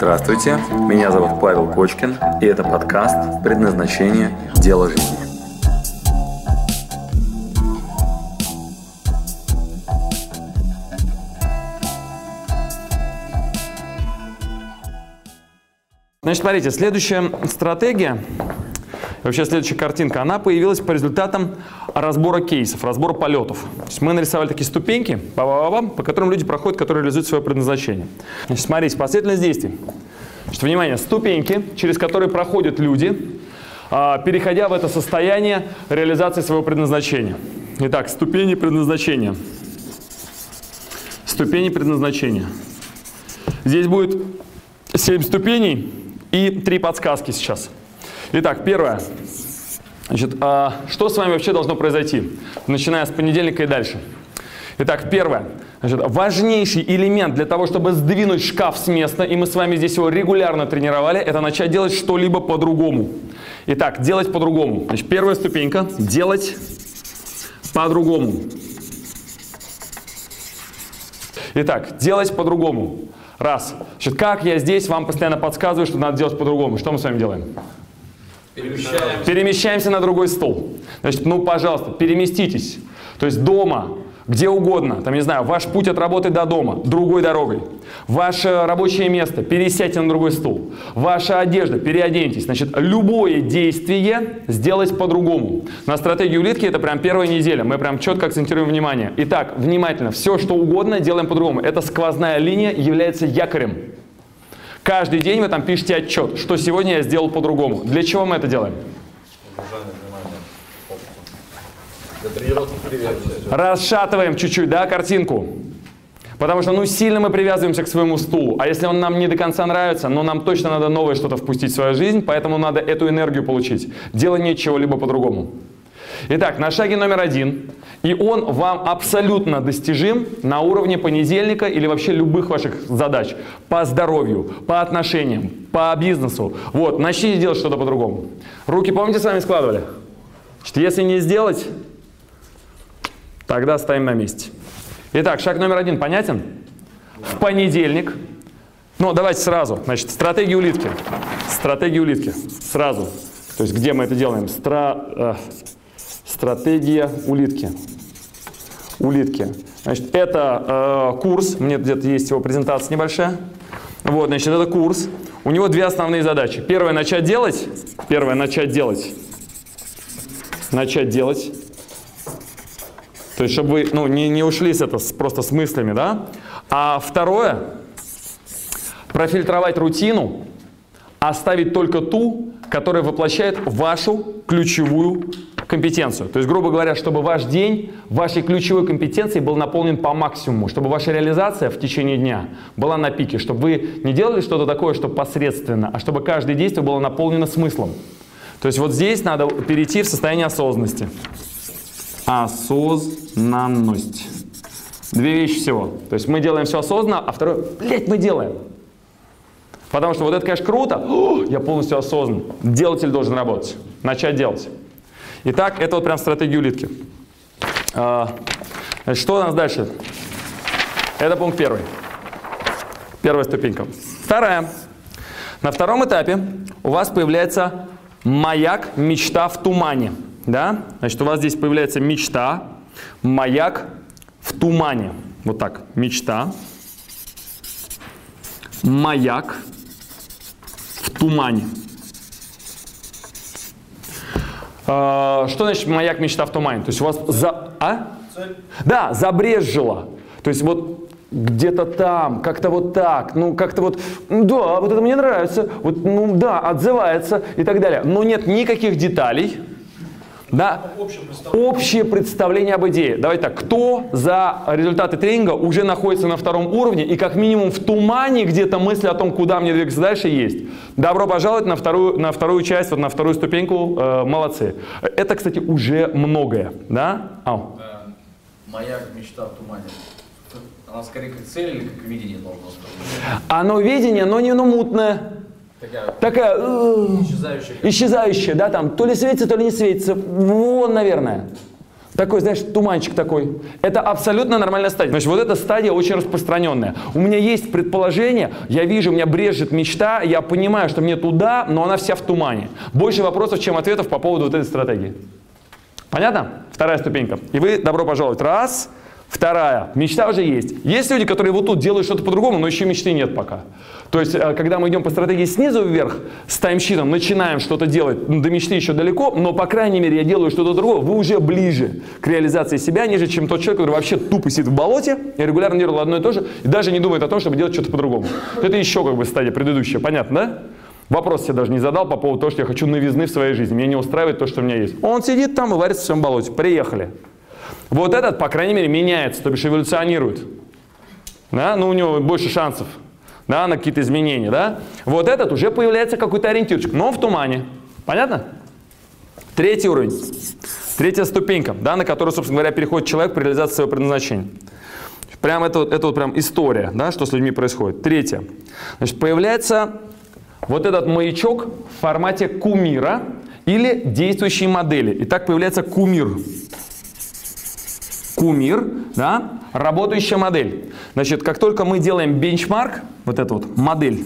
Здравствуйте, меня зовут Павел Кочкин, и это подкаст «Предназначение. Дело жизни». Значит, смотрите, следующая стратегия, вообще следующая картинка, она появилась по результатам разбора кейсов, разбора полетов. То есть мы нарисовали такие ступеньки, по которым люди проходят, которые реализуют свое предназначение. Значит, смотрите, последовательность действий. Значит, внимание, ступеньки, через которые проходят люди, переходя в это состояние реализации своего предназначения. Итак, ступени предназначения. Ступени предназначения. Здесь будет 7 ступеней и 3 подсказки сейчас. Итак, первое. Значит, что с вами вообще должно произойти, начиная с понедельника и дальше? Итак, первое. Значит, важнейший элемент для того, чтобы сдвинуть шкаф с места, и мы с вами здесь его регулярно тренировали, это начать делать что-либо по-другому. Итак, делать по-другому. Значит, первая ступенька – делать по-другому. Итак, делать по-другому. Раз. Значит, как я здесь вам постоянно подсказываю, что надо делать по-другому. Что мы с вами делаем? Перемещаемся на другой стол. Значит, ну, пожалуйста, переместитесь. То есть дома, где угодно, там, не знаю, ваш путь от работы до дома, другой дорогой. Ваше рабочее место, пересядьте на другой стул. Ваша одежда, переоденьтесь. Значит, любое действие сделать по-другому. На стратегии улитки это прям первая неделя. Мы прям четко акцентируем внимание. Итак, внимательно, все, что угодно, делаем по-другому. Эта сквозная линия является якорем. Каждый день вы там пишете отчет, что сегодня я сделал по-другому. Для чего мы это делаем? Расшатываем чуть-чуть, да, картинку. Потому что, ну, сильно мы привязываемся к своему стулу. А если он нам не до конца нравится, ну, нам точно надо новое что-то впустить в свою жизнь, поэтому надо эту энергию получить. Делание чего-либо по-другому. Итак, на шаге номер 1. И он вам абсолютно достижим на уровне понедельника или вообще любых ваших задач. По здоровью, по отношениям, по бизнесу. Вот, начните делать что-то по-другому. Руки, помните, с вами складывали? Значит, если не сделать, тогда стоим на месте. Итак, шаг номер 1 понятен? В понедельник. Ну, давайте сразу. Значит, стратегия улитки. Стратегия улитки. Сразу. То есть, где мы это делаем? Стратегия улитки. Улитки. Значит, это курс. Мне где-то есть его презентация небольшая. Вот, значит, это курс. У него 2 основные задачи. Первое – начать делать. Первое – начать делать. Начать делать. То есть, чтобы вы не ушли с этого просто с мыслями, да? А второе – профильтровать рутину, оставить только ту, которая воплощает вашу ключевую компетенцию. То есть, грубо говоря, чтобы ваш день вашей ключевой компетенцией был наполнен по максимуму, чтобы ваша реализация в течение дня была на пике, чтобы вы не делали что-то такое, что посредственно, а чтобы каждое действие было наполнено смыслом. То есть, вот здесь надо перейти в состояние осознанности. Осознанность. 2 вещи всего. То есть мы делаем все осознанно, а второе, мы делаем. Потому что вот это, конечно, круто. Я полностью осознан. Делатель должен работать. Начать делать. Итак, это вот прям стратегия улитки. Значит, что у нас дальше? Это пункт 1. Первая ступенька. Вторая. На втором этапе у вас появляется маяк, мечта в тумане. Да? Значит, у вас здесь появляется мечта, маяк в тумане. Вот так. Мечта, маяк в тумане. Что значит маяк, мечта в тумане? То есть у вас Да, забрезжило. То есть вот где-то там, как-то вот так, ну как-то вот, да, вот это мне нравится, вот, ну да, отзывается и так далее. Но нет никаких деталей. Да? Общее представление об идее. Давайте так, кто за результаты тренинга уже находится на 2-м уровне и как минимум в тумане где-то мысли о том, куда мне двигаться дальше, есть. Добро пожаловать на вторую часть, вот на 2-ю ступеньку, молодцы. Это, кстати, уже многое. Да? Маяк, мечта в тумане. Она скорее как цель или как видение должно быть? Оно видение, но не мутное. Такая исчезающая, да, там, то ли светится, то ли не светится. Вон, наверное. Такой, знаешь, туманчик такой. Это абсолютно нормальная стадия. Значит, вот эта стадия очень распространенная. У меня есть предположение, я вижу, у меня брежет мечта, я понимаю, что мне туда, но она вся в тумане. Больше вопросов, чем ответов по поводу вот этой стратегии. Понятно? Вторая ступенька. И вы, добро пожаловать. Раз. Вторая. Мечта уже есть. Есть люди, которые вот тут делают что-то по-другому, но еще мечты нет пока. То есть, когда мы идем по стратегии снизу вверх, с таймшитом, начинаем что-то делать, до мечты еще далеко, но, по крайней мере, я делаю что-то другое, вы уже ближе к реализации себя, ниже, чем тот человек, который вообще тупо сидит в болоте и регулярно делает одно и то же, и даже не думает о том, чтобы делать что-то по-другому. Это еще как бы стадия предыдущая, понятно, да? Вопрос себе даже не задал по поводу того, что я хочу новизны в своей жизни, меня не устраивает то, что у меня есть. Он сидит там и варится в своем болоте. Приехали. Вот этот, по крайней мере, меняется, то бишь эволюционирует. Да? Ну, у него больше шансов, да, на какие-то изменения. Да? Вот этот уже появляется какой-то ориентирчик, но в тумане. Понятно? Третий уровень. Третья ступенька, да, на которую, собственно говоря, переходит человек при реализации своего предназначения. Прям это вот прям история, да, что с людьми происходит. Третье. Значит, появляется вот этот маячок в формате кумира или действующей модели. И так появляется кумир. Кумир, да, работающая модель. Значит, как только мы делаем бенчмарк, вот эту вот модель,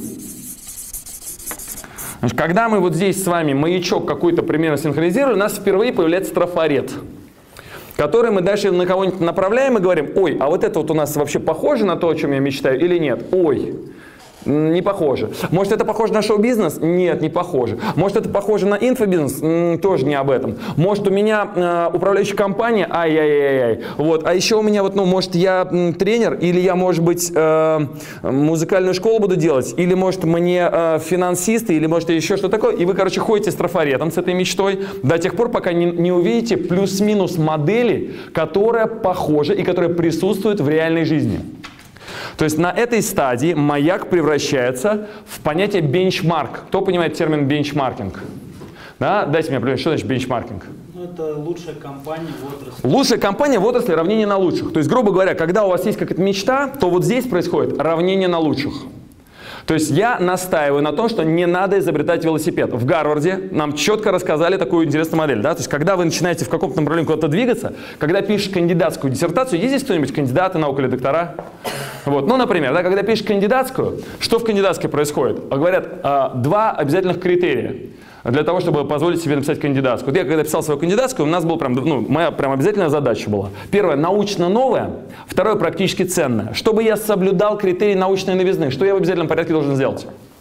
значит, когда мы вот здесь с вами маячок какой-то примерно синхронизируем, у нас впервые появляется трафарет, который мы дальше на кого-нибудь направляем и говорим: ой, а вот это вот у нас вообще похоже на то, о чем я мечтаю, или нет? Ой, не похоже. Может, это похоже на шоу-бизнес? Нет, не похоже. Может, это похоже на инфобизнес? Тоже не об этом. Может, у меня управляющая компания? Ай-яй-яй-яй. Вот. А еще у меня, вот, ну, может, я тренер, или я, может быть, музыкальную школу буду делать, или, может, мне финансисты, или, может, еще что-то такое. И вы, короче, ходите с трафаретом, с этой мечтой, до тех пор, пока не увидите плюс-минус модели, которая похожа и которая присутствует в реальной жизни. То есть на этой стадии маяк превращается в понятие бенчмарк. Кто понимает термин бенчмаркинг? Да? Дайте мне определение, что значит бенчмаркинг? Ну, это лучшая компания в отрасли. Лучшая компания в отрасли — равнение на лучших. То есть, грубо говоря, когда у вас есть какая-то мечта, то вот здесь происходит равнение на лучших. То есть я настаиваю на том, что не надо изобретать велосипед. В Гарварде нам четко рассказали такую интересную модель. Да? То есть когда вы начинаете в каком-то направлении куда-то двигаться, когда пишешь кандидатскую диссертацию, есть здесь кто-нибудь кандидаты наук или доктора? Вот. Ну, например, да, когда пишешь кандидатскую, что в кандидатской происходит? Говорят, два обязательных критерия для того, чтобы позволить себе написать кандидатскую. Вот я когда писал свою кандидатскую, у нас была прям, ну, моя прям обязательная задача была. Первое — научно новое. Второе — практически ценное. Чтобы я соблюдал критерии научной новизны, что я в обязательном порядке должен сделать?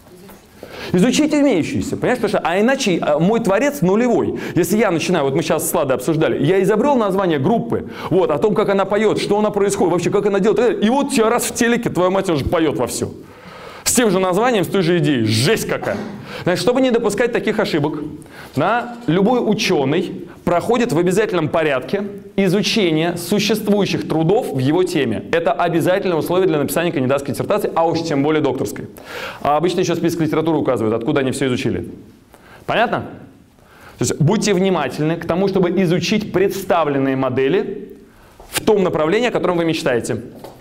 Изучить имеющиеся, понимаешь? Потому что, а иначе мой творец нулевой. Если я начинаю, вот мы сейчас с Ладой обсуждали, я изобрел название группы, вот, о том, как она поет, что она происходит, вообще, как она делает, и вот тебя раз в телеке твоя мать уже поет вовсю. С тем же названием, с той же идеей. Жесть какая. Значит, чтобы не допускать таких ошибок, да, любой ученый проходит в обязательном порядке изучение существующих трудов в его теме. Это обязательное условие для написания кандидатской диссертации, а уж тем более докторской. А обычно еще список литературы указывает, откуда они все изучили. Понятно? То есть будьте внимательны к тому, чтобы изучить представленные модели в том направлении, о котором вы мечтаете.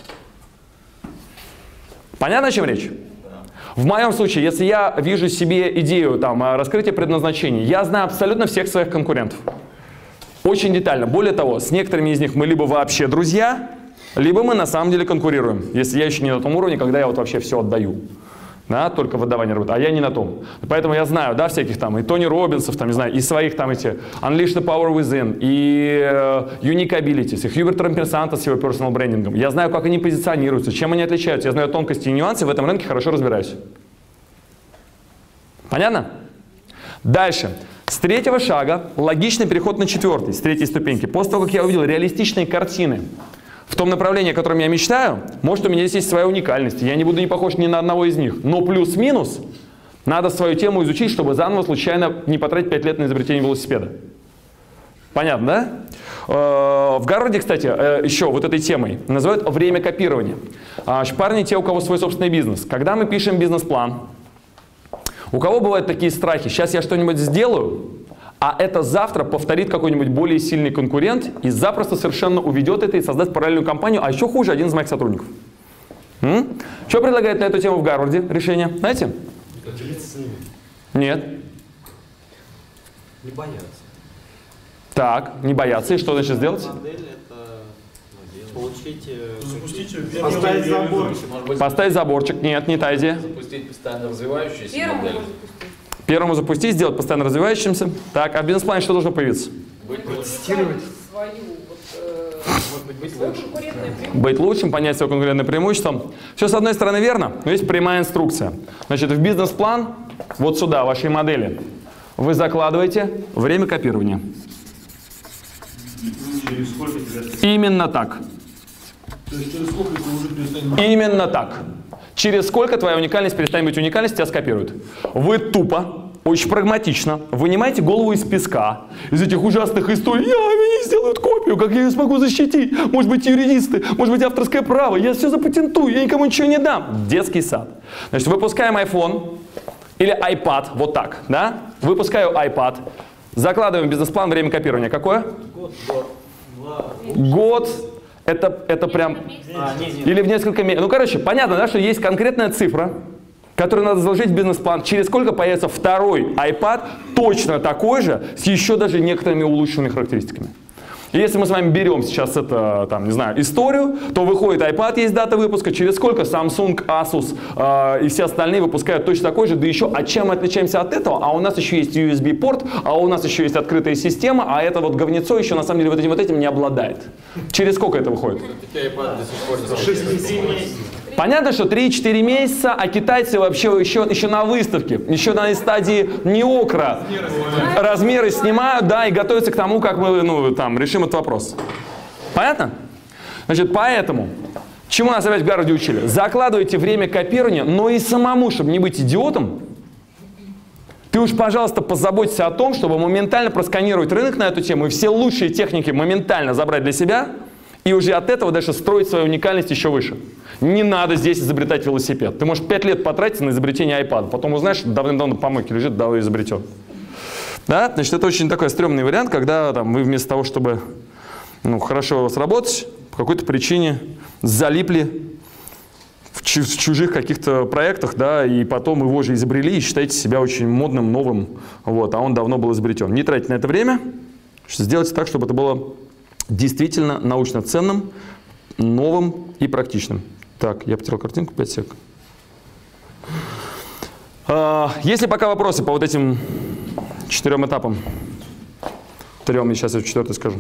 Понятно, о чем речь? В моем случае, если я вижу себе идею там, раскрытия предназначения, я знаю абсолютно всех своих конкурентов. Очень детально. Более того, с некоторыми из них мы либо вообще друзья, либо мы на самом деле конкурируем. Если я еще не на том уровне, когда я вот вообще все отдаю. Да, только в отдавании работы, а я не на том. Поэтому я знаю, да, всяких там и Тони Роббинсов, там, не знаю, и своих там эти Unleash the Power Within, и Unique Abilities, и Хьюберт Рамперсанта с его personal брендингом. Я знаю, как они позиционируются, чем они отличаются. Я знаю тонкости и нюансы, в этом рынке хорошо разбираюсь. Понятно? Дальше. С третьего шага логичный переход на четвертый, с третьей ступеньки. После того, как я увидел реалистичные картины в том направлении, о котором я мечтаю, может, у меня здесь есть своя уникальность. Я не буду не похож ни на одного из них. Но плюс-минус надо свою тему изучить, чтобы заново случайно не потратить 5 лет на изобретение велосипеда. Понятно, да? В Гарварде, кстати, еще вот этой темой называют время копирования. Парни, те, у кого свой собственный бизнес. Когда мы пишем бизнес-план, у кого бывают такие страхи? Сейчас я что-нибудь сделаю, а это завтра повторит какой-нибудь более сильный конкурент и запросто совершенно уведет это и создаст параллельную компанию, а еще хуже, один из моих сотрудников. Что предлагает на эту тему в Гарварде решение? Знаете? Делиться с ними. Нет. Не бояться. Так, не бояться. И что значит сделать? Модель это получить, Поставить заборчик. Может быть, Поставить заборчик. Нет, не та идея. запустить постоянно развивающуюся модель. Первому запустить, сделать постоянно развивающимся. Так, а в бизнес-плане что должно появиться? Тестировать. Быть лучшим, понять свое конкурентное преимущество. Все с одной стороны верно, но есть прямая инструкция. Значит, в бизнес-план, вот сюда, вашей модели, вы закладываете время копирования. Через сколько тебя... Именно так. То есть через сколько это уже перестанет... Именно так. Через сколько твоя уникальность перестанет быть уникальностью, тебя скопируют. Вы тупо, очень прагматично вынимаете голову из песка, из этих ужасных историй. Мне не сделают копию, как я ее смогу защитить? Может быть, юристы, может быть, авторское право. Я все запатентую, я никому ничего не дам. Детский сад. Значит, выпускаем iPhone или iPad, вот так, да? Выпускаю iPad, закладываем в бизнес-план время копирования. Какое? Год. Это прям... Или в несколько месяцев. Ну, короче, понятно, да, что есть конкретная цифра, которую надо заложить в бизнес-план. Через сколько появится второй iPad, точно такой же, с еще даже некоторыми улучшенными характеристиками. И если мы с вами берем сейчас это, там, не знаю, историю, то выходит iPad, есть дата выпуска, через сколько Samsung, Asus и все остальные выпускают точно такой же, да еще, а чем мы отличаемся от этого? А у нас еще есть USB-порт, а у нас еще есть открытая система, а это вот говнецо еще на самом деле вот этим не обладает. Через сколько это выходит? Понятно, что 3-4 месяца, а китайцы вообще еще на выставке, еще на стадии неокра размеры снимают, да, и готовятся к тому, как мы, решим этот вопрос. Понятно? Значит, поэтому, чему нас опять в Гарварде учили? Закладывайте время копирования, но и самому, чтобы не быть идиотом, ты уж, пожалуйста, позаботься о том, чтобы моментально просканировать рынок на эту тему и все лучшие техники моментально забрать для себя, и уже от этого дальше строить свою уникальность еще выше. Не надо здесь изобретать велосипед. Ты можешь 5 лет потратить на изобретение iPad. Потом узнаешь, давным-давно на помойке лежит, давно изобретен. Да? Значит, это очень такой стрёмный вариант, когда вы вместо того, чтобы хорошо сработать, по какой-то причине залипли в чужих каких-то проектах, да, и потом его же изобрели и считаете себя очень модным, новым, а он давно был изобретен. Не тратьте на это время, сделайте так, чтобы это было действительно научно ценным, новым и практичным. Так, я потерял картинку, 5 сек. Есть ли пока вопросы по вот этим 4 этапам? 3, сейчас я 4 скажу.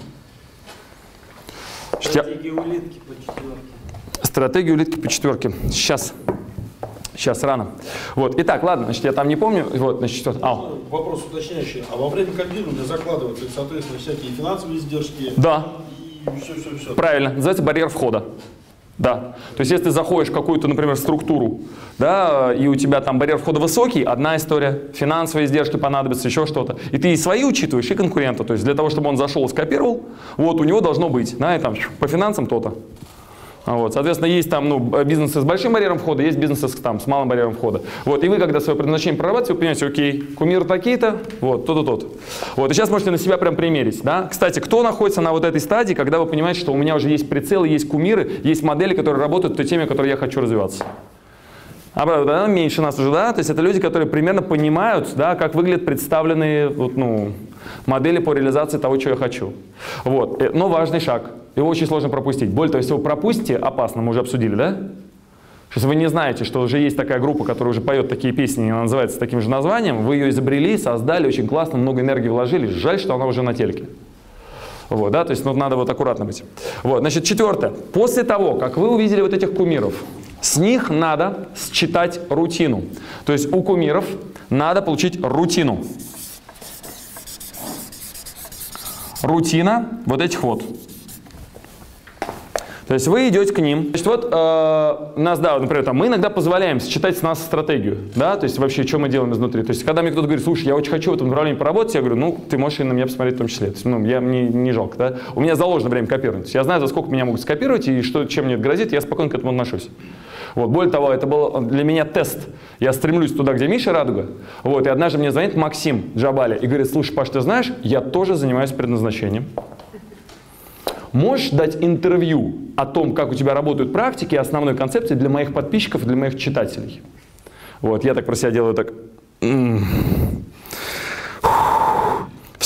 Стратегия улитки по 4. Стратегия улитки по 4. Сейчас рано. Вот. Итак, ладно, значит, я там не помню. Вот, значит, Вопрос уточняющий. А во время копирования закладываются, соответственно, всякие финансовые издержки? Да. И все. Правильно. Называется барьер входа. Да. То есть, если ты заходишь в какую-то, например, структуру, да, и у тебя там барьер входа высокий, одна история, финансовые издержки понадобятся, еще что-то. И ты и свои учитываешь, и конкурента. То есть, для того, чтобы он зашел и скопировал, вот, у него должно быть, да, и там по финансам то-то. Вот, соответственно, есть там бизнесы с большим барьером входа, есть бизнесы с малым барьером входа. Вот, и вы, когда свое предназначение прорабатываете, вы понимаете, окей, кумиры такие-то, вот, то-то. Вот, и сейчас можете на себя прям примерить, да. Кстати, кто находится на вот этой стадии, когда вы понимаете, что у меня уже есть прицелы, есть кумиры, есть модели, которые работают в той теме, в которой я хочу развиваться? А правда, да, меньше нас уже, да, то есть это люди, которые примерно понимают, да, как выглядят представленные модели по реализации того, что я хочу. Вот, но важный шаг. Его очень сложно пропустить. Более того, если вы пропустите, опасно, мы уже обсудили, да? Если вы не знаете, что уже есть такая группа, которая уже поет такие песни, и она называется таким же названием, вы ее изобрели, создали, очень классно, много энергии вложили, жаль, что она уже на телеке. Вот, да, то есть надо вот аккуратно быть. Вот, значит, 4. После того, как вы увидели вот этих кумиров, с них надо считать рутину. То есть у кумиров надо получить рутину. Рутина вот этих вот. То есть вы идете к ним. Значит, вот нас, да, например, мы иногда позволяем считать с нас стратегию, да, то есть вообще, что мы делаем изнутри. То есть когда мне кто-то говорит, слушай, я очень хочу в этом направлении поработать, я говорю, ты можешь и на меня посмотреть в том числе. То есть, мне не жалко, да. У меня заложено время копирования. То есть я знаю, за сколько меня могут скопировать и чем мне это грозит, я спокойно к этому отношусь. Вот, более того, это был для меня тест. Я стремлюсь туда, где Миша Радуга. Вот, и однажды мне звонит Максим Джабали и говорит, слушай, Паш, ты знаешь, я тоже занимаюсь предназначением. Можешь дать интервью о том, как у тебя работают практики и основной концепции для моих подписчиков и для моих читателей? Вот, я так про себя делаю так.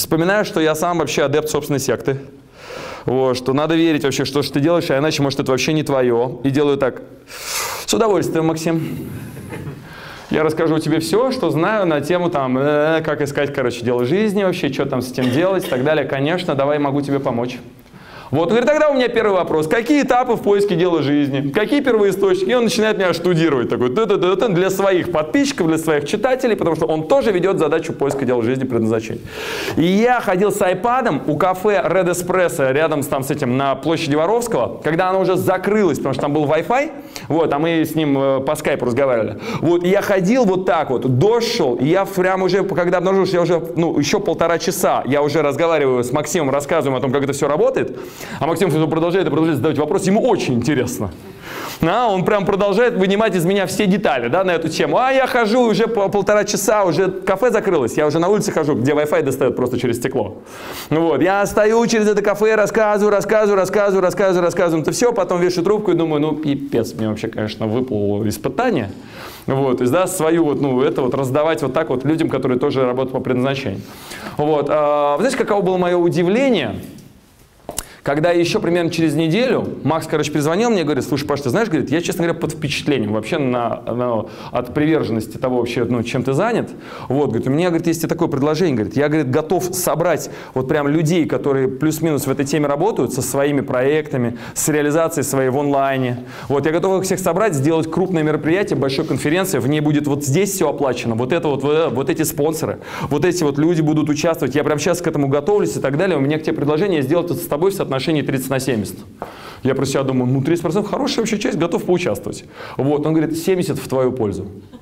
вспоминаю, что я сам вообще адепт собственной секты. Вот, что надо верить вообще, что ты делаешь, а иначе, может, это вообще не твое. И делаю так. С удовольствием, Максим. Я расскажу тебе все, что знаю на тему, там, как искать, короче, дело жизни вообще, что там с этим делать и так далее. Конечно, давай, могу тебе помочь. Вот, говорит, тогда у меня первый вопрос. Какие этапы в поиске дела жизни? Какие первоисточники? И он начинает меня штудировать. Такой, для своих подписчиков, для своих читателей, потому что он тоже ведет задачу поиска дела жизни, предназначения. И я ходил с айпадом у кафе Red Espresso рядом с этим на площади Воровского, когда оно уже закрылось, потому что там был Wi-Fi, вот, а мы с ним по скайпу разговаривали. Вот, и я ходил вот так вот, дождь шел, и я прям уже, когда обнаружил, что я уже, еще 1,5 часа, я уже разговариваю с Максимом, рассказываем о том, как это все работает. А Максим продолжает задавать вопросы, ему очень интересно. Он прям продолжает вынимать из меня все детали, да, на эту тему. А я хожу уже 1,5 часа, уже кафе закрылось, я уже на улице хожу, где Wi-Fi достает просто через стекло. Вот, я стою через это кафе, рассказываю. Это все, потом вешаю трубку и думаю, ну, пипец, мне вообще, конечно, выпало испытание. Вот, то есть, да, свою вот раздавать вот так вот людям, которые тоже работают по предназначению. Вот, вы знаете, каково было мое удивление? Когда еще примерно через неделю Макс, перезвонил мне и говорит, слушай, Паш, ты знаешь, говорит, я, честно говоря, под впечатлением вообще от приверженности того вообще, чем ты занят. Вот, говорит, у меня, говорит, есть такое предложение, говорит, я, говорит, готов собрать вот прям людей, которые плюс-минус в этой теме работают, со своими проектами, с реализацией своей в онлайне. Вот, я готов их всех собрать, сделать крупное мероприятие, большой конференции, в ней будет вот здесь все оплачено, вот эти спонсоры, вот эти вот люди будут участвовать, я прям сейчас к этому готовлюсь и так далее, у меня к тебе предложение сделать это с тобой в соотношении 30/70. Я про себя думаю, 30% хорошая вообще часть, готов поучаствовать. Вот, он говорит, 70 в твою пользу.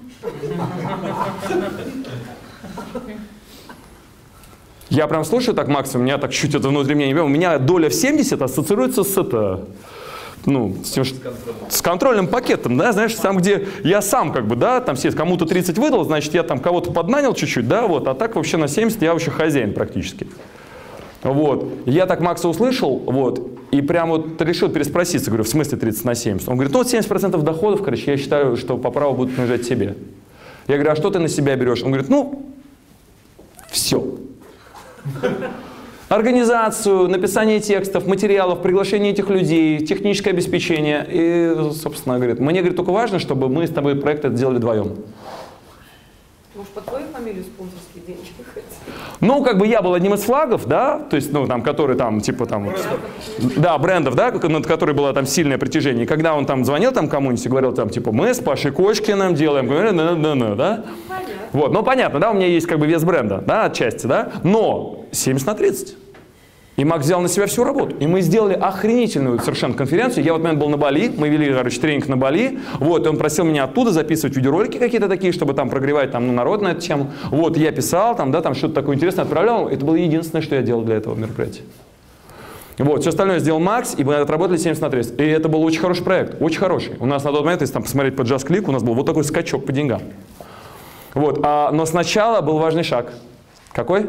Я прям слушаю так, Макс, у меня так чуть это внутри меня не понимаю, у меня доля в 70 ассоциируется с с контрольным пакетом, да, знаешь, там, где я сам там все кому-то 30 выдал, значит, я там кого-то поднанял чуть-чуть, да, вот, а так вообще на 70 я вообще хозяин практически. Вот. Я так Макса услышал, вот, и прям вот решил переспроситься, говорю, в смысле 30/70? Он говорит, 70% доходов, я считаю, что по праву будут принадлежать тебе. Я говорю, а что ты на себя берешь? Он говорит, все. Организацию, написание текстов, материалов, приглашение этих людей, техническое обеспечение. И, собственно, говорит, мне, говорит, только важно, чтобы мы с тобой проект это делали вдвоем. Может, под твою фамилию спонсорские деньги хотят? Я был одним из флагов, да, то есть, который брендов, да, над которой было там сильное притяжение. И когда он там звонил кому-нибудь и говорил мы с Пашей Кочкиным делаем, да? Вот, понятно, да, у меня есть вес бренда, да, отчасти, да, но 70/30. И Макс взял на себя всю работу. И мы сделали охренительную совершенно конференцию. Я в этот момент был на Бали, мы вели, тренинг на Бали. Вот, и он просил меня оттуда записывать видеоролики какие-то такие, чтобы прогревать народ на эту тему. Вот, я писал, что-то такое интересное отправлял. Это было единственное, что я делал для этого мероприятия. Вот, все остальное сделал Макс, и мы отработали 70/30. И это был очень хороший проект, очень хороший. У нас на тот момент, если посмотреть по JustClick, у нас был вот такой скачок по деньгам. Вот, но сначала был важный шаг. Какой?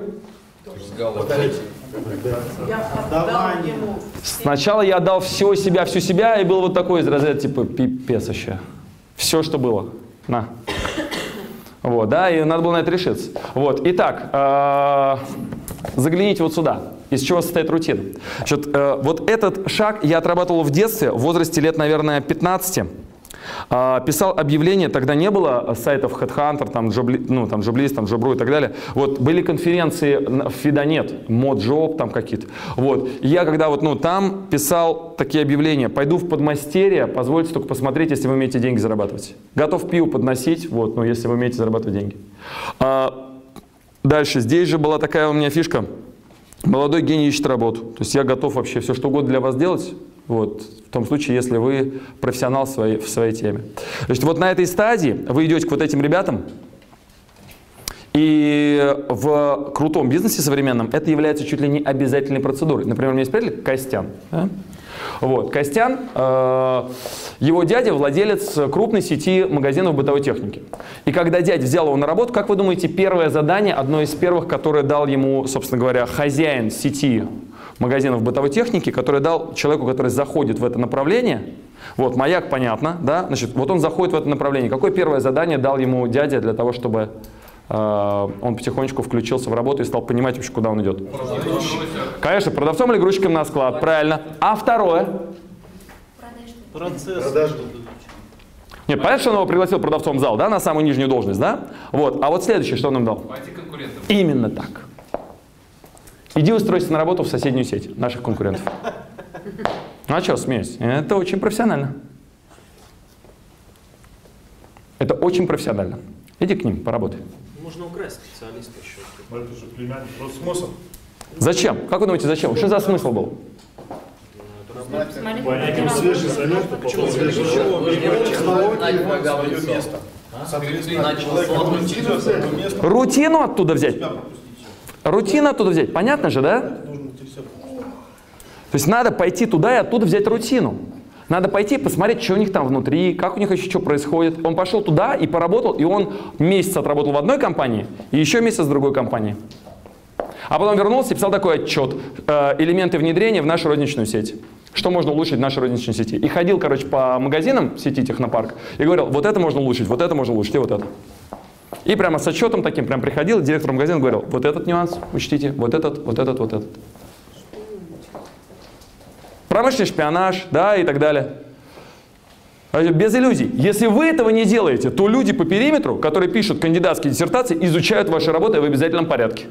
Сначала я отдал всю себя, и был вот такой из разряда, пипец вообще. Все, что было. На. Вот, да, и надо было на это решиться. Вот, итак, загляните вот сюда. Из чего состоит рутина? Значит, вот этот шаг я отрабатывал в детстве, в возрасте лет, наверное, 15. Писал объявления, тогда не было сайтов Headhunter, Joblist, Jobru и так далее. Вот, были конференции в Фидонет, Моджоп какие-то. Вот. И я когда там писал такие объявления, пойду в подмастерье, позвольте только посмотреть, если вы умеете деньги зарабатывать. Готов пиво подносить, если вы умеете зарабатывать деньги. Дальше, здесь же была такая у меня фишка. Молодой гений ищет работу. То есть я готов вообще все что угодно для вас делать. Вот, в том случае, если вы профессионал в своей теме. Значит, вот на этой стадии вы идете к вот этим ребятам, и в крутом бизнесе современном это является чуть ли не обязательной процедурой. Например, у меня есть приятель Костян. Да? Вот, Костян, его дядя владелец крупной сети магазинов бытовой техники. И когда дядя взял его на работу, как вы думаете, первое задание, одно из первых, которое дал ему, собственно говоря, хозяин сети магазинов бытовой техники, который дал человеку, который заходит в это направление. Вот, маяк, понятно, да? Значит, вот он заходит в это направление. Какое первое задание дал ему дядя для того, чтобы он потихонечку включился в работу и стал понимать вообще, куда он идет. Конечно, продавцом или грузчиком на склад, правильно. А второе? Процесс. Нет, понятно, что он его пригласил продавцом в зал, да, на самую нижнюю должность, да? Вот. А вот следующее, что он им дал? Именно так. Иди устройся на работу в соседнюю сеть наших конкурентов. Ну а что, смеюсь? Это очень профессионально. Это очень профессионально. Иди к ним, поработай. Можно украсть специалиста еще. Это же племянник. Просто смысл. Зачем? Как вы думаете, зачем? Что за смысл был? Понять свежий совет, потом свежий место. Соответственно, человек рутину взять. Рутину оттуда взять. Рутину оттуда взять. Понятно же, да? То есть надо пойти туда и оттуда взять рутину. Надо пойти посмотреть, что у них там внутри, как у них еще что происходит. Он пошел туда и поработал, и он месяц отработал в одной компании и еще месяц в другой компании. А потом вернулся и писал такой отчет. Элементы внедрения в нашу розничную сеть. Что можно улучшить в нашей розничной сети. И ходил, короче, по магазинам сети Технопарк и говорил, вот это можно улучшить, вот это можно улучшить, и вот это. И прямо с отчетом таким прям приходил, директор магазина говорил, вот этот нюанс учтите, вот этот, вот этот, вот этот. Промышленный шпионаж, да, и так далее. Без иллюзий. Если вы этого не делаете, то люди по периметру, которые пишут кандидатские диссертации, изучают ваши работы в обязательном порядке.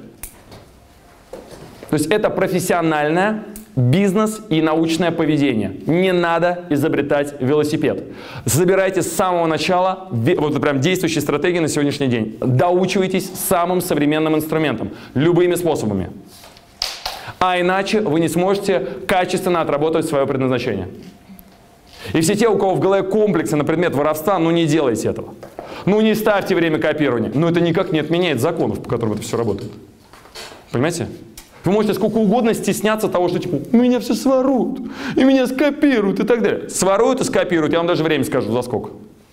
То есть это профессиональное бизнес и научное поведение. Не надо изобретать велосипед. Забирайте с самого начала вот прям действующие стратегии на сегодняшний день. Доучивайтесь самым современным инструментом, любыми способами. А иначе вы не сможете качественно отработать свое предназначение. И все те, у кого в голове комплексы на предмет воровства, ну не делайте этого. Ну не ставьте время копирования. Но это никак не отменяет законов, по которым это все работает. Понимаете? Вы можете сколько угодно стесняться того, что типа меня все своруют, и меня скопируют и так далее. Своруют и скопируют, я вам даже время скажу, за сколько.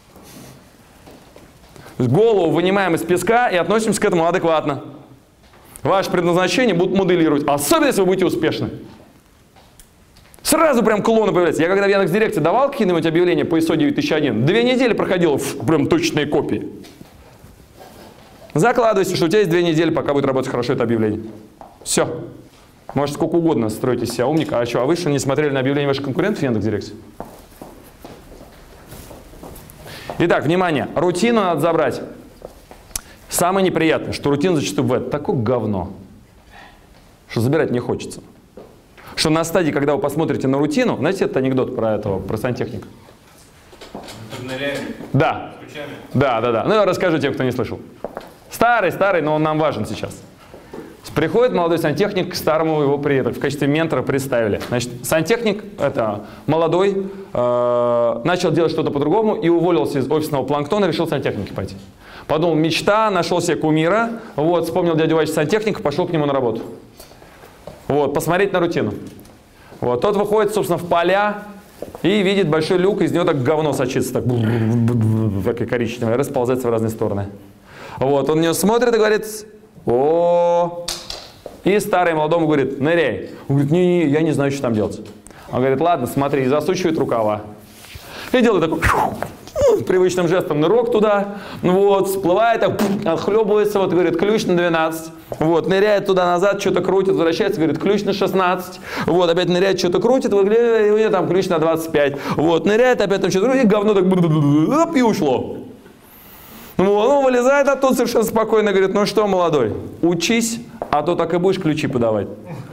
Голову вынимаем из песка и относимся к этому адекватно. Ваше предназначение будут моделировать, особенно если вы будете успешны. Сразу прям клоны появляются. Я когда в Яндекс.Директе давал какие-нибудь объявления по ISO 9001, 2 недели проходило прям точные копии. Закладывайте, что у тебя есть 2 недели, пока будет работать хорошо это объявление. Все. Можете сколько угодно строить из себя умника. А что, а вы что, не смотрели на объявления ваших конкурентов в Яндекс.Директе? Итак, внимание. Рутину надо забрать. Самое неприятное, что рутина зачастую бывает такое говно, что забирать не хочется. Что на стадии, когда вы посмотрите на рутину, знаете этот анекдот про сантехника? Да. Да. Ну, я расскажу тем, кто не слышал. Старый, но он нам важен сейчас. Приходит молодой сантехник к старому его приятелю, в качестве ментора представили. Значит, сантехник, это молодой, начал делать что-то по-другому и уволился из офисного планктона, решил сантехники пойти. Подумал, мечта, нашел себе кумира, вот, вспомнил дядю Васю сантехника, пошел к нему на работу. Вот, посмотреть на рутину. Вот, тот выходит, собственно, в поля и видит большой люк, из него так говно сочится, так, такое коричневое, расползается в разные стороны. Вот, он на него смотрит и говорит, о. И старый молодому говорит, ныряй. Он говорит, не, я не знаю, что там делать. Он говорит, ладно, смотри, засучивает рукава. И делает такой привычным жестом нырок туда, вот, всплывает, так, отхлебывается, вот, говорит, ключ на 12. Вот, ныряет туда-назад, что-то крутит, возвращается, говорит, ключ на 16. Вот, опять ныряет, что-то крутит, выглядит, и у нее там ключ на 25. Вот, ныряет, опять там что-то крутит, и говно так, и ушло. Вот, он вылезает оттуда совершенно спокойно, говорит, ну что, молодой, учись, а то так и будешь ключи подавать.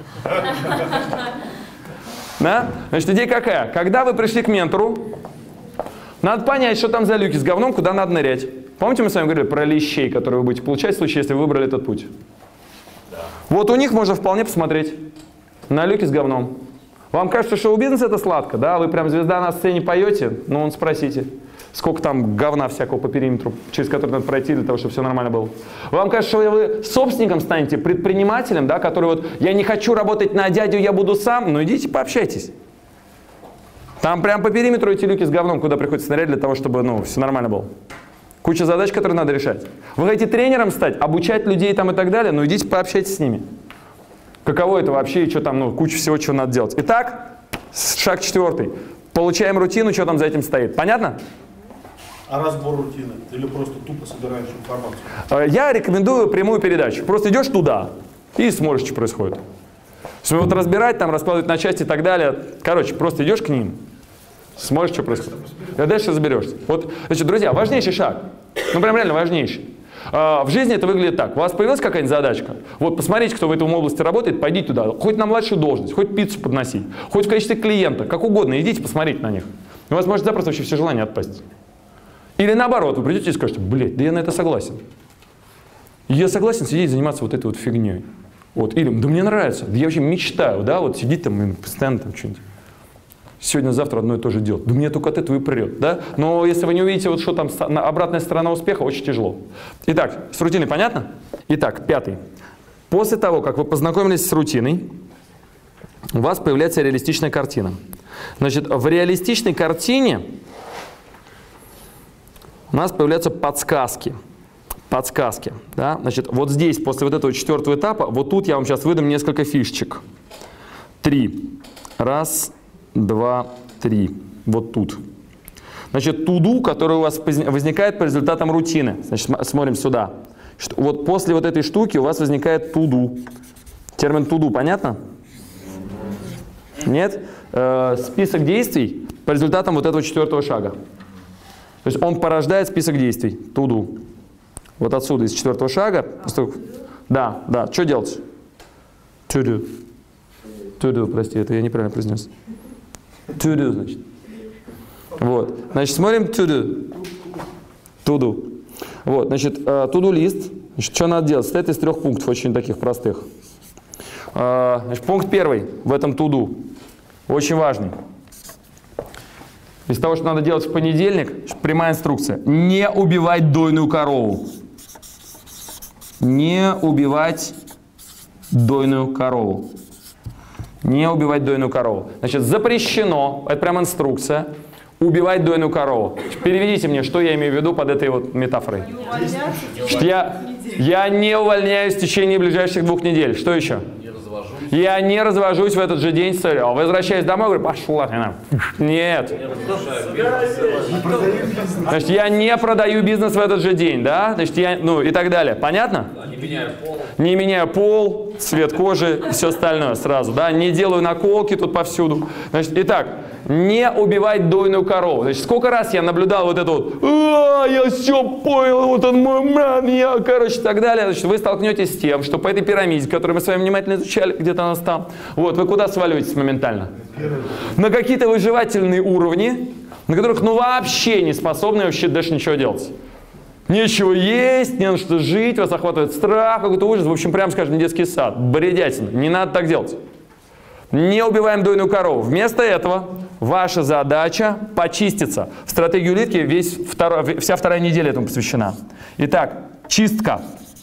Да? Значит, идея какая? Когда вы пришли к ментору, надо понять, что там за люки с говном, куда надо нырять. Помните, мы с вами говорили про лещей, которые вы будете получать в случае, если вы выбрали этот путь? Да. Вот у них можно вполне посмотреть на люки с говном. Вам кажется, что шоу-бизнес это сладко, да? Вы прям звезда на сцене поете, ну вон спросите. Сколько там говна всякого по периметру, через который надо пройти для того, чтобы все нормально было. Вам кажется, что вы собственником станете, предпринимателем, да, который вот, я не хочу работать на дядю, я буду сам, ну идите пообщайтесь. Там прям по периметру эти люки с говном, куда приходится нырять для того, чтобы, ну, все нормально было. Куча задач, которые надо решать. Вы хотите тренером стать, обучать людей там и так далее, ну идите пообщайтесь с ними. Каково это вообще и что там, ну, куча всего, чего надо делать. Итак, шаг 4. Получаем рутину, что там за этим стоит. Понятно? А разбор рутины? Или просто тупо собираешь информацию? Я рекомендую прямую передачу. Просто идешь туда и смотришь, что происходит. Если вот разбирать, там раскладывать на части и так далее. Короче, просто идешь к ним, смотришь, что происходит. И дальше разберешься. Вот, значит, друзья, важнейший шаг. Ну, прям реально важнейший. В жизни это выглядит так. У вас появилась какая-нибудь задачка? Вот посмотрите, кто в этой области работает, пойдите туда. Хоть на младшую должность, хоть пиццу подносить, хоть в качестве клиента, как угодно. Идите посмотрите на них. У вас может запросто вообще все желания отпасть. Или наоборот, вы придете и скажете, блядь, да я на это согласен. Я согласен сидеть и заниматься вот этой вот фигней. Вот. Или, да мне нравится, да я вообще мечтаю, да, вот сидеть там и постоянно там что-нибудь. Сегодня-завтра одно и то же делать. Да мне только от этого и прет, да? Но если вы не увидите, вот что там обратная сторона успеха, очень тяжело. Итак, с рутиной понятно? Итак, 5. После того, как вы познакомились с рутиной, у вас появляется реалистичная картина. Значит, в реалистичной картине у нас появляются подсказки. Подсказки. Да? Значит, вот здесь, после вот этого 4-го этапа, вот тут я вам сейчас выдам несколько фишечек. 3. Раз, 2, 3. Вот тут. Значит, to-do, который у вас возникает по результатам рутины. Значит, смотрим сюда. Вот после вот этой штуки у вас возникает to-do. Термин to-do, понятно? Нет? Список действий по результатам вот этого 4-го шага. То есть он порождает список действий. To-do. Вот отсюда, из 4-го шага. Да, да. Что делать? To do. To do, прости, это я неправильно произнес. To do, значит. Вот. Значит, смотрим to do. To do. Вот, значит, to-do лист. Значит, что надо делать? Состоит из 3 пунктов, очень таких простых. Значит, пункт 1 в этом to-do. Очень важный. Из того, что надо делать в понедельник, прямая инструкция. Не убивать дойную корову. Не убивать дойную корову. Не убивать дойную корову. Значит, запрещено, это прям инструкция, убивать дойную корову. Переведите мне, что я имею в виду под этой вот метафорой. Что я не увольняюсь в течение ближайших 2 недель. Что еще? Я не развожусь в этот же день с целью. Возвращаюсь домой, говорю, пошла ты нам. Нет. Значит, я не продаю бизнес в этот же день, да? Значит, я, ну и так далее. Понятно? Не меняю пол. Не меняю пол, цвет кожи и все остальное сразу, да? Не делаю наколки тут повсюду. Значит, итак, не убивать дойную корову. Значит, сколько раз я наблюдал вот это вот, я все понял, вот он мой мэн, я, короче, и так далее. Значит, вы столкнетесь с тем, что по этой пирамиде, которую мы с вами внимательно изучали, где-то у нас там, вот, вы куда сваливаетесь моментально? На какие-то выживательные уровни, на которых, ну, вообще не способны вообще даже ничего делать. Нечего есть, не на что жить, вас охватывает страх, какой-то ужас. В общем, прямо скажем, детский сад, бредятина. Не надо так делать. Не убиваем дойную корову. Вместо этого ваша задача почиститься. В стратегии улитки вся 2-я неделя этому посвящена. Итак, чистка.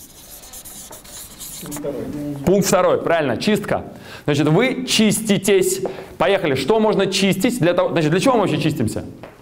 Пункт 2, правильно, чистка. Значит, вы чиститесь. Поехали. Что можно чистить? Значит, для чего мы вообще чистимся?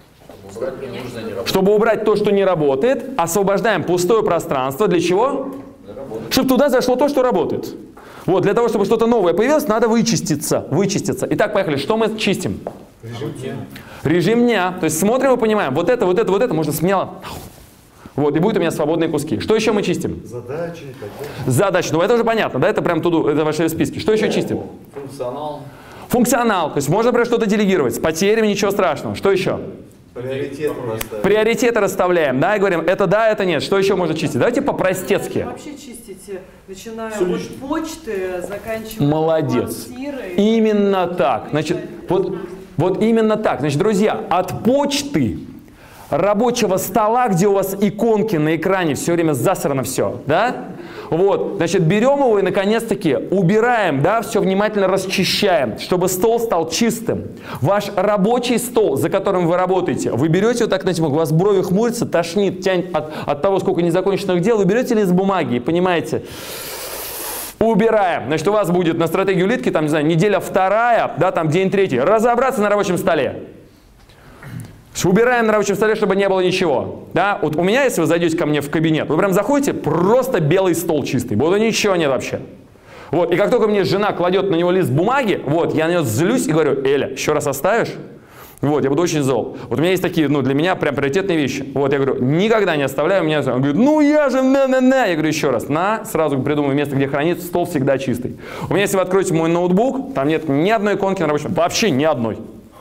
Чтобы убрать то, что не работает, освобождаем пустое пространство. Для чего? Чтобы туда зашло то, что работает. Вот, для того, чтобы что-то новое появилось, надо вычиститься. Вычиститься. Итак, поехали. Что мы чистим? Режим дня. То есть смотрим и понимаем, вот это можно смело. Вот, и будут у меня свободные куски. Что еще мы чистим? Задачи. Задачи. Ну, это уже понятно, да? Это прям туда, это ваши списки. Что еще чистим? Функционал. Функционал. То есть можно, например, что-то делегировать. С потерями ничего страшного. Что еще? Приоритеты расставляем. Приоритеты расставляем, да, и говорим, это да, это нет. Что еще можно чистить? Давайте по-простецки. Вообще чистите, начиная от почты, заканчивая Молодец. квартирой. Именно так. Значит, вот именно так. Значит, друзья, от почты, рабочего стола, где у вас иконки на экране, все время засрано все, да? Вот, значит, берем его и наконец-таки убираем, да, все внимательно расчищаем, чтобы стол стал чистым. Ваш рабочий стол, за которым вы работаете, вы берете вот так, знаете, у вас брови хмурятся, тошнит, тянет от того, сколько незаконченных дел, вы берете лист бумаги и понимаете, убираем. Значит, у вас будет на стратегии улитки, там, не знаю, неделя 2, да, там день 3, разобраться на рабочем столе. Убираем на рабочем столе, чтобы не было ничего. Да? Вот у меня, если вы зайдете ко мне в кабинет, вы прям заходите, просто белый стол чистый. Вот ничего нет вообще. Вот. И как только мне жена кладет на него лист бумаги, вот, я на нее злюсь и говорю, Эля, еще раз оставишь? Вот, я буду очень зол. Вот у меня есть такие, ну, для меня прям приоритетные вещи. Вот, я говорю, никогда не оставляю меня. Он говорит, ну, я же на-на-на. Я говорю, еще раз, сразу придумаю место, где хранится, стол всегда чистый. У меня, если вы откроете мой ноутбук, там нет ни одной иконки на рабочем, вообще ни одной.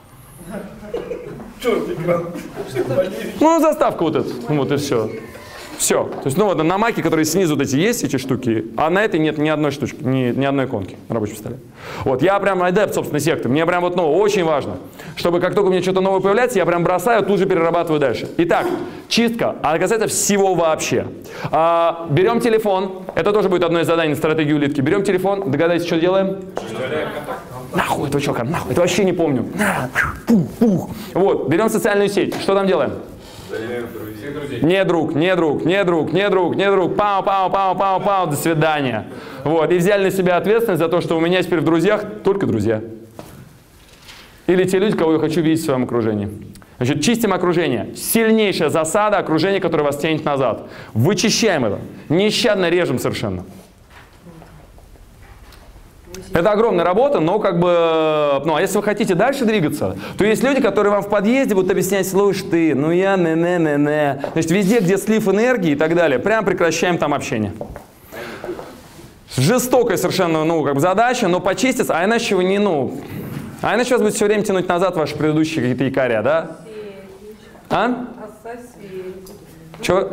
Ну, заставка вот эта, вот и все. Все. То есть, ну вот на маке, которые снизу вот эти есть, эти штуки, а на этой нет ни одной штучки, ни одной иконки на рабочем столе. Вот, я прям адепт собственной секты. Мне прям вот, ну, очень важно, чтобы как только у меня что-то новое появляется, я прям бросаю, тут же перерабатываю дальше. Итак, чистка, она касается всего вообще. Берем телефон, это тоже будет одно из заданий на стратегии улитки. Берем телефон, догадайтесь, что делаем? Нахуй, это что, нахуй, это вообще не помню. Вот, берем социальную сеть, что там делаем? Не друг, не друг, не друг, не друг, не друг, пау, до свидания. Вот, и взяли на себя ответственность за то, что у меня теперь в друзьях только друзья. Или те люди, кого я хочу видеть в своем окружении. Значит, чистим окружение. Сильнейшая засада окружения, которое вас тянет назад. Вычищаем это. Нещадно режем совершенно. Это огромная работа, но как бы, ну, а если вы хотите дальше двигаться, то есть люди, которые вам в подъезде будут объяснять, слушай ты, ну я не. Значит, везде, где слив энергии и так далее, прям прекращаем там общение. Жестокая совершенно, ну, как бы задача, но почиститься, а иначе вы не, ну, а иначе вас будет все время тянуть назад ваши предыдущие какие-то якоря, да? А? Чё?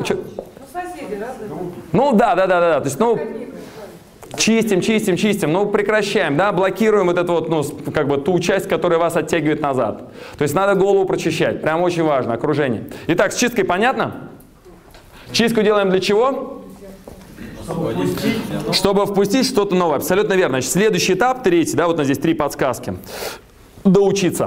Ну да. То есть, ну, чистим, ну прекращаем, да, блокируем вот эту вот, ну, как бы ту часть, которая вас оттягивает назад. То есть надо голову прочищать, прям очень важно, окружение. Итак, с чисткой понятно? Чистку делаем для чего? Чтобы впустить что-то новое, абсолютно верно. Значит, следующий этап, третий, да, вот у нас здесь 3 подсказки. Доучиться.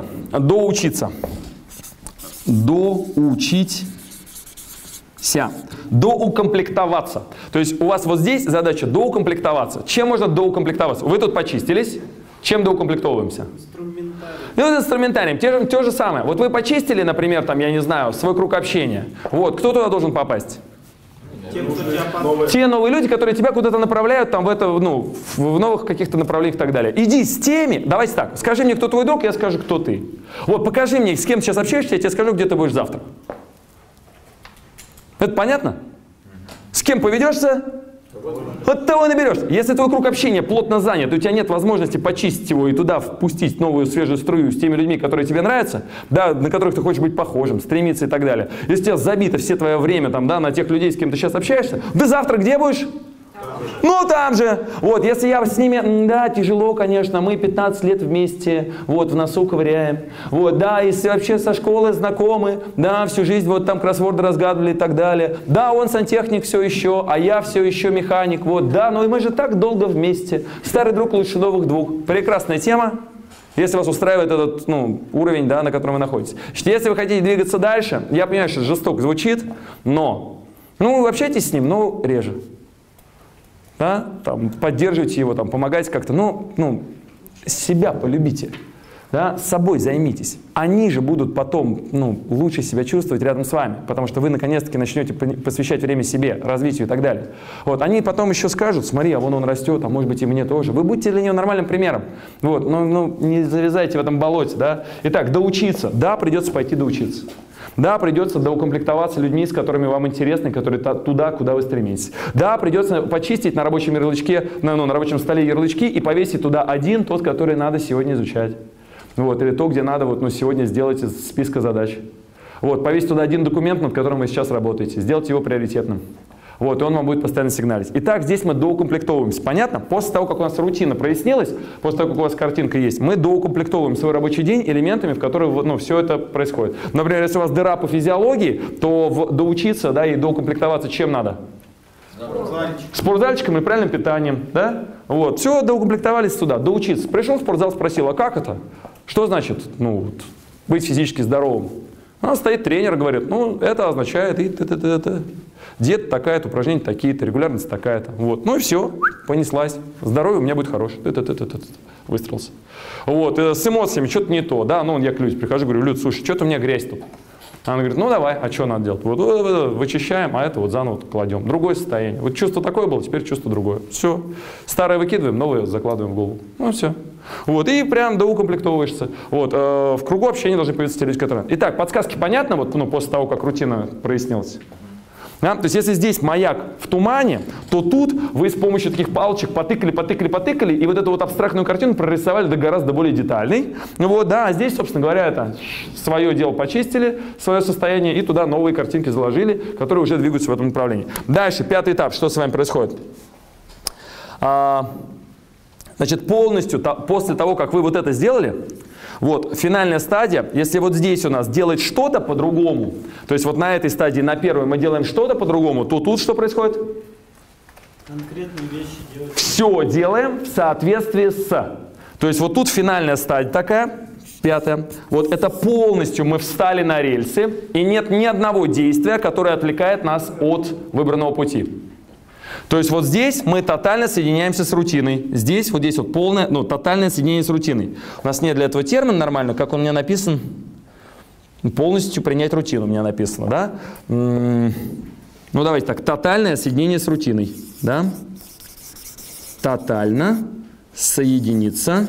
Доукомплектоваться. То есть у вас вот здесь задача доукомплектоваться. Чем можно доукомплектоваться? Вы тут почистились. Чем доукомплектовываемся? Ну, инструментарием. То же самое. Вот вы почистили, например, там, я не знаю, свой круг общения. Вот, кто туда должен попасть? Те новые люди, которые тебя куда-то направляют, там, в новых каких-то направлениях и так далее. Иди с теми, давайте так, скажи мне, кто твой друг, я скажу, кто ты. Вот, покажи мне, с кем ты сейчас общаешься, я тебе скажу, где ты будешь завтра. Это понятно? С кем поведешься, от того и наберешься. Если твой круг общения плотно занят, и у тебя нет возможности почистить его и туда впустить новую свежую струю с теми людьми, которые тебе нравятся, да, на которых ты хочешь быть похожим, стремиться и так далее. Если у тебя забито все твое время там, да, на тех людей, с кем ты сейчас общаешься, да завтра где будешь? Ну, там же. Вот, если я с ними, да, тяжело, конечно, мы 15 лет вместе, вот, в носу ковыряем. Вот, да, если вообще со школы знакомы, да, всю жизнь вот там кроссворды разгадывали и так далее. Да, он сантехник все еще, а я все еще механик, вот, да, но и мы же так долго вместе. Старый друг лучше новых двух. Прекрасная тема, если вас устраивает этот, ну, уровень, да, на котором вы находитесь. Значит, если вы хотите двигаться дальше, я понимаю, что жестоко звучит, но, ну, общайтесь с ним, но реже. Да? Там, поддерживайте его, там, помогайте как-то. Ну, себя полюбите. Да? С собой займитесь. Они же будут потом, ну, лучше себя чувствовать рядом с вами, потому что вы наконец-таки начнете посвящать время себе, развитию и так далее. Вот. Они потом еще скажут, смотри, а вон он растет, а может быть и мне тоже. Вы будете для него нормальным примером. Вот. Ну, не завязайте в этом болоте. Да? Итак, доучиться. Да, придется пойти доучиться. Да, придется доукомплектоваться людьми, с которыми вам интересны, которые туда, куда вы стремитесь. Да, придется почистить на рабочем ярлычке, на рабочем столе ярлычки и повесить туда один, тот, который надо сегодня изучать. Вот, или то, где надо вот, ну, сегодня сделать из списка задач. Вот, повесить туда один документ, над которым вы сейчас работаете, сделать его приоритетным. Вот, и он вам будет постоянно сигналить. Итак, здесь мы доукомплектовываемся. Понятно? После того, как у нас рутина прояснилась, после того, как у вас картинка есть, мы доукомплектовываем свой рабочий день элементами, в которых, ну, все это происходит. Например, если у вас дыра по физиологии, то доучиться, да, и доукомплектоваться чем надо? Спортзальчиком и правильным питанием. Да? Вот, все, доукомплектовались туда, доучиться. Пришел в спортзал, спросил, а как это? Что значит, ну, вот, быть физически здоровым? А стоит тренер, говорит, ну, это означает и диета такая-то, упражнения такие-то, регулярность такая-то. Вот. Ну и все, понеслась. Здоровье у меня будет хорошее. Выстроился. Вот. С эмоциями что-то не то. Да? Ну, я к Люде прихожу, говорю, Люд, слушай, что-то у меня грязь тут. Она говорит, ну давай, а что надо делать? Вот, вычищаем, а это вот заново кладем. Другое состояние. Вот чувство такое было, теперь чувство другое. Все. Старое выкидываем, новое закладываем в голову. Ну все. Вот, и прям доукомплектовываешься. Вот, в кругу общения должны появиться те люди, которые... Итак, подсказки понятно, вот, ну, после того, как рутина прояснилась? Да? То есть, если здесь маяк в тумане, то тут вы с помощью таких палочек потыкали, и вот эту вот абстрактную картину прорисовали до гораздо более детальной. Вот, да, а здесь, собственно говоря, это свое дело почистили, свое состояние, и туда новые картинки заложили, которые уже двигаются в этом направлении. Дальше, 5-й этап, что с вами происходит? Значит, полностью, после того, как вы вот это сделали, вот, финальная стадия, если вот здесь у нас делать что-то по-другому, то есть вот на этой стадии, на первой мы делаем что-то по-другому, то тут что происходит? Конкретные вещи делать. Все делаем в соответствии с. То есть вот тут финальная стадия такая, 5-я. Вот это полностью мы встали на рельсы, и нет ни одного действия, которое отвлекает нас от выбранного пути. То есть вот здесь мы тотально соединяемся с рутиной. Здесь вот полное, ну, тотальное соединение с рутиной. У нас нет для этого термина нормально, как он у меня написан. Полностью принять рутину у меня написано, да? Ну давайте так, тотальное соединение с рутиной, да? Тотально соединиться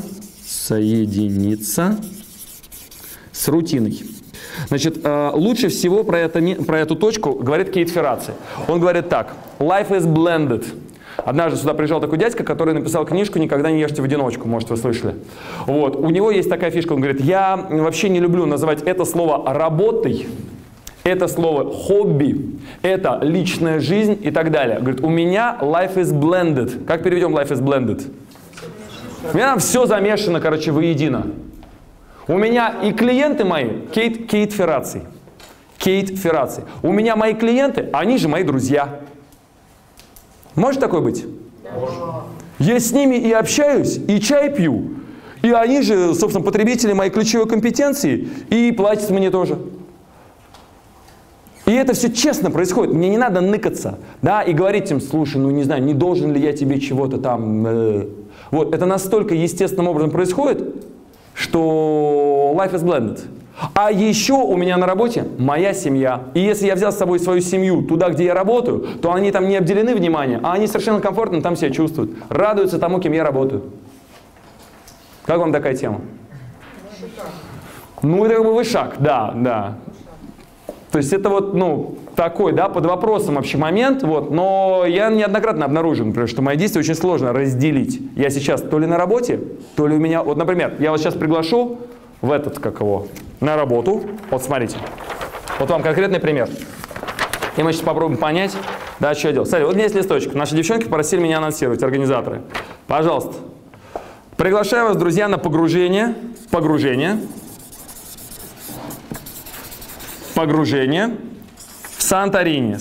с рутиной. Значит, лучше всего про эту точку говорит Кейт Ферраци. Он говорит так: life is blended. Однажды сюда приезжал такой дядька, который написал книжку «Никогда не ешьте в одиночку», может, вы слышали. Вот. У него есть такая фишка, он говорит: я вообще не люблю называть это слово работой, это слово хобби, это личная жизнь и так далее. Говорит, у меня life is blended. Как переведем life is blended? У меня все замешано, короче, воедино. У меня и клиенты мои, Кейт Ферраци. Кейт Ферраци. У меня мои клиенты, они же мои друзья. Может такое быть? Может. Я с ними и общаюсь, и чай пью. И они же, собственно, потребители моей ключевой компетенции, и платят мне тоже. И это все честно происходит. Мне не надо ныкаться, да, и говорить им: слушай, ну не знаю, не должен ли я тебе чего-то там. Вот, это настолько естественным образом происходит, что life is blended. А еще у меня на работе моя семья. И если я взял с собой свою семью туда, где я работаю, то они там не обделены вниманием, а они совершенно комфортно там себя чувствуют. Радуются тому, кем я работаю. Как вам такая тема? Ну, это как бы вышаг, да. То есть это вот, ну, такой, да, под вопросом вообще момент, вот, но я неоднократно обнаружил, например, что мои действия очень сложно разделить. Я сейчас то ли на работе, то ли у меня, вот, например, я вас сейчас приглашу в этот, на работу, вот смотрите, вот вам конкретный пример. И мы сейчас попробуем понять, да, что я делал. Смотрите, вот у меня есть листочек, наши девчонки попросили меня анонсировать, организаторы. Пожалуйста, приглашаю вас, друзья, на погружение в Санторини.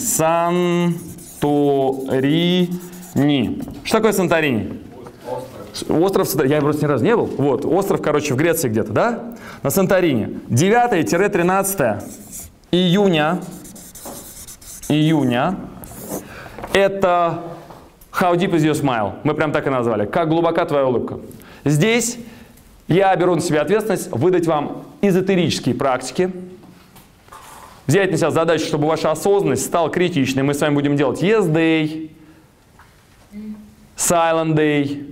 Что такое Санторини? Остров. Я просто ни разу не был. Вот, остров, короче, в Греции где-то, да? На Санторини. 9-13 июня. Это How deep is your smile? Мы прям так и назвали. Как глубока твоя улыбка? Здесь я беру на себя ответственность выдать вам эзотерические практики, взять на себя задачу, чтобы ваша осознанность стала критичной. Мы с вами будем делать Yes Day, Silent Day.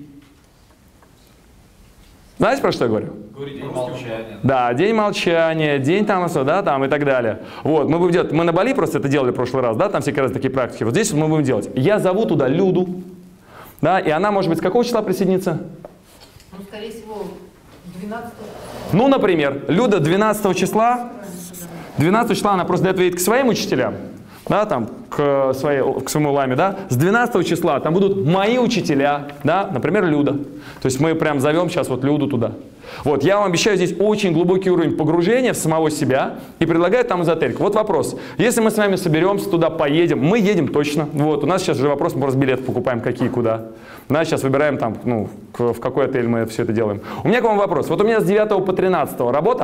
Знаете, про что я говорю? День молчания. Да, день молчания, день там, да, там и так далее. Вот, мы будем делать, мы на Бали просто это делали в прошлый раз, да, там всякие разные такие практики. Вот здесь мы будем делать. Я зову туда Люду, да, и она, может быть, с какого числа присоединится? Ну, скорее всего, 12-го. Ну, например, Люда 12 числа. 12 числа она просто до этого едет к своим учителям, да, там, к своему ламе, да. С 12 числа там будут мои учителя, да, например, Люда. То есть мы прям зовем сейчас вот Люду туда. Вот, я вам обещаю здесь очень глубокий уровень погружения в самого себя и предлагаю там эзотерику. Вот вопрос. Если мы с вами соберемся туда, поедем, мы едем точно. Вот, у нас сейчас уже вопрос, мы просто билеты покупаем, какие, куда. Да, сейчас выбираем там, ну, в какой отель мы все это делаем. У меня к вам вопрос. Вот у меня с 9 по 13 работа.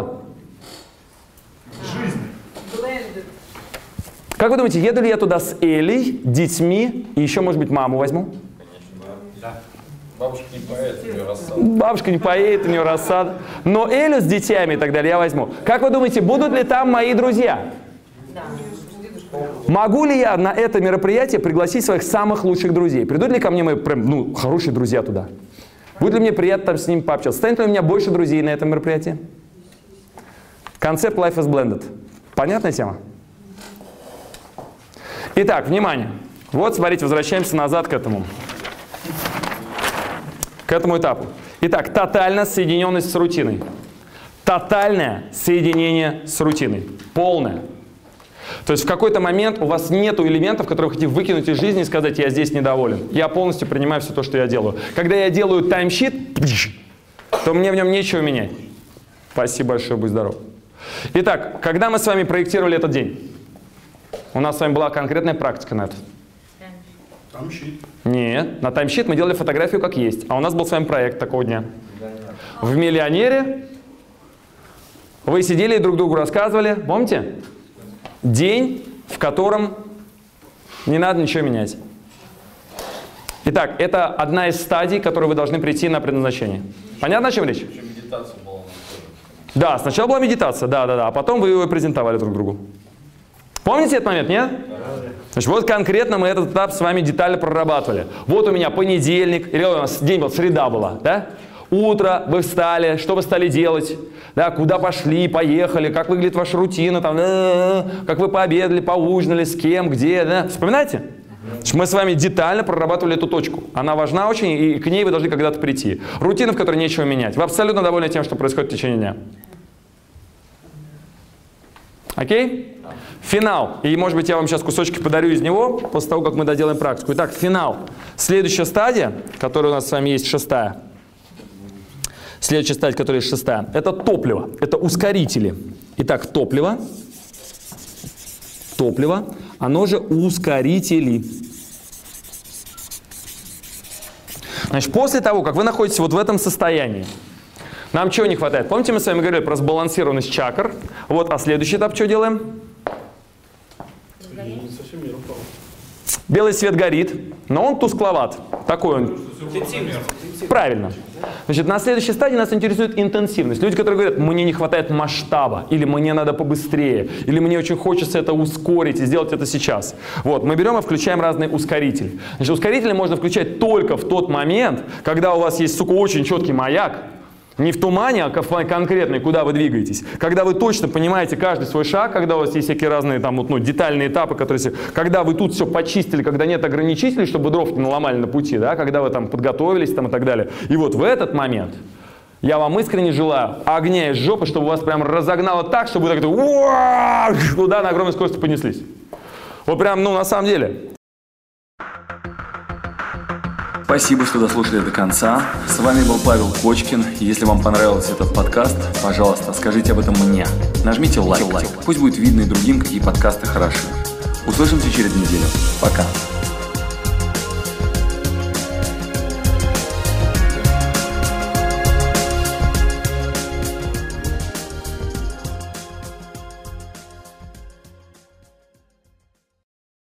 Как вы думаете, еду ли я туда с Элей, детьми и еще, может быть, маму возьму? Конечно, да. Бабушка не поедет, у нее рассада. Бабушка не поедет, у нее рассада. Но Элю с детьми и так далее я возьму. Как вы думаете, будут ли там мои друзья? Да. Могу ли я на это мероприятие пригласить своих самых лучших друзей? Придут ли ко мне мои прям, ну, хорошие друзья туда? Будет ли мне приятно там с ним пообщаться? Станет ли у меня больше друзей на этом мероприятии? Концепт Life is Blended. Понятная тема? Итак, внимание. Вот, смотрите, возвращаемся назад к этому этапу. Итак, тотальная соединенность с рутиной. Тотальное соединение с рутиной. Полное. То есть в какой-то момент у вас нет элементов, которые вы хотите выкинуть из жизни и сказать: я здесь недоволен. Я полностью принимаю все то, что я делаю. Когда я делаю таймшит, то мне в нем нечего менять. Спасибо большое, будь здоров. Итак, когда мы с вами проектировали этот день, у нас с вами была конкретная практика на это. Таймшит. Нет, на таймшит мы делали фотографию как есть. А у нас был с вами проект такого дня. В «Миллионере» вы сидели и друг другу рассказывали, помните? День, в котором не надо ничего менять. Итак, это одна из стадий, к которой вы должны прийти на предназначение. Понятно, о чем речь? Медитация была. Да, сначала была медитация, да, а потом вы его презентовали друг другу. Помните этот момент, нет? Значит, вот конкретно мы этот этап с вами детально прорабатывали. Вот у меня понедельник, или у нас день был, среда была, да? Утро, вы встали, что вы стали делать, да, куда пошли, поехали, как выглядит ваша рутина, там, как вы пообедали, поужинали, с кем, где, да? Вспоминаете? Значит, мы с вами детально прорабатывали эту точку. Она важна очень, и к ней вы должны когда-то прийти. Рутина, в которой нечего менять. Вы абсолютно довольны тем, что происходит в течение дня. Окей? Финал. И, может быть, я вам сейчас кусочки подарю из него, после того, как мы доделаем практику. Итак, финал. Следующая стадия, которая у нас с вами есть, шестая. Следующая стадия, которая есть шестая, это топливо, это ускорители. Итак, топливо, оно же ускорители. Значит, после того, как вы находитесь вот в этом состоянии, нам чего не хватает? Помните, мы с вами говорили про сбалансированность чакр? Вот, а следующий этап что делаем? Белый свет горит, но он тускловат. Такой он. Правильно. Значит, на следующей стадии нас интересует интенсивность. Люди, которые говорят: мне не хватает масштаба, или мне надо побыстрее, или мне очень хочется это ускорить и сделать это сейчас. Вот, мы берем и включаем разные ускорители. Значит, ускорители можно включать только в тот момент, когда у вас есть, очень четкий маяк. Не в тумане, а конкретный, куда вы двигаетесь. Когда вы точно понимаете каждый свой шаг, когда у вас есть всякие разные там, детальные этапы, которые, когда вы тут все почистили, когда нет ограничителей, чтобы дров не наломали на пути, да, когда вы там подготовились там, и так далее. И вот в этот момент я вам искренне желаю огня из жопы, чтобы вас прям разогнало так, чтобы вы так туда на огромной скорости понеслись. Вот прям, на самом деле. Спасибо, что дослушали до конца. С вами был Павел Кочкин. Если вам понравился этот подкаст, пожалуйста, скажите об этом мне. Нажмите лайк. Пусть будет видно и другим, какие подкасты хороши. Услышимся через неделю. Пока.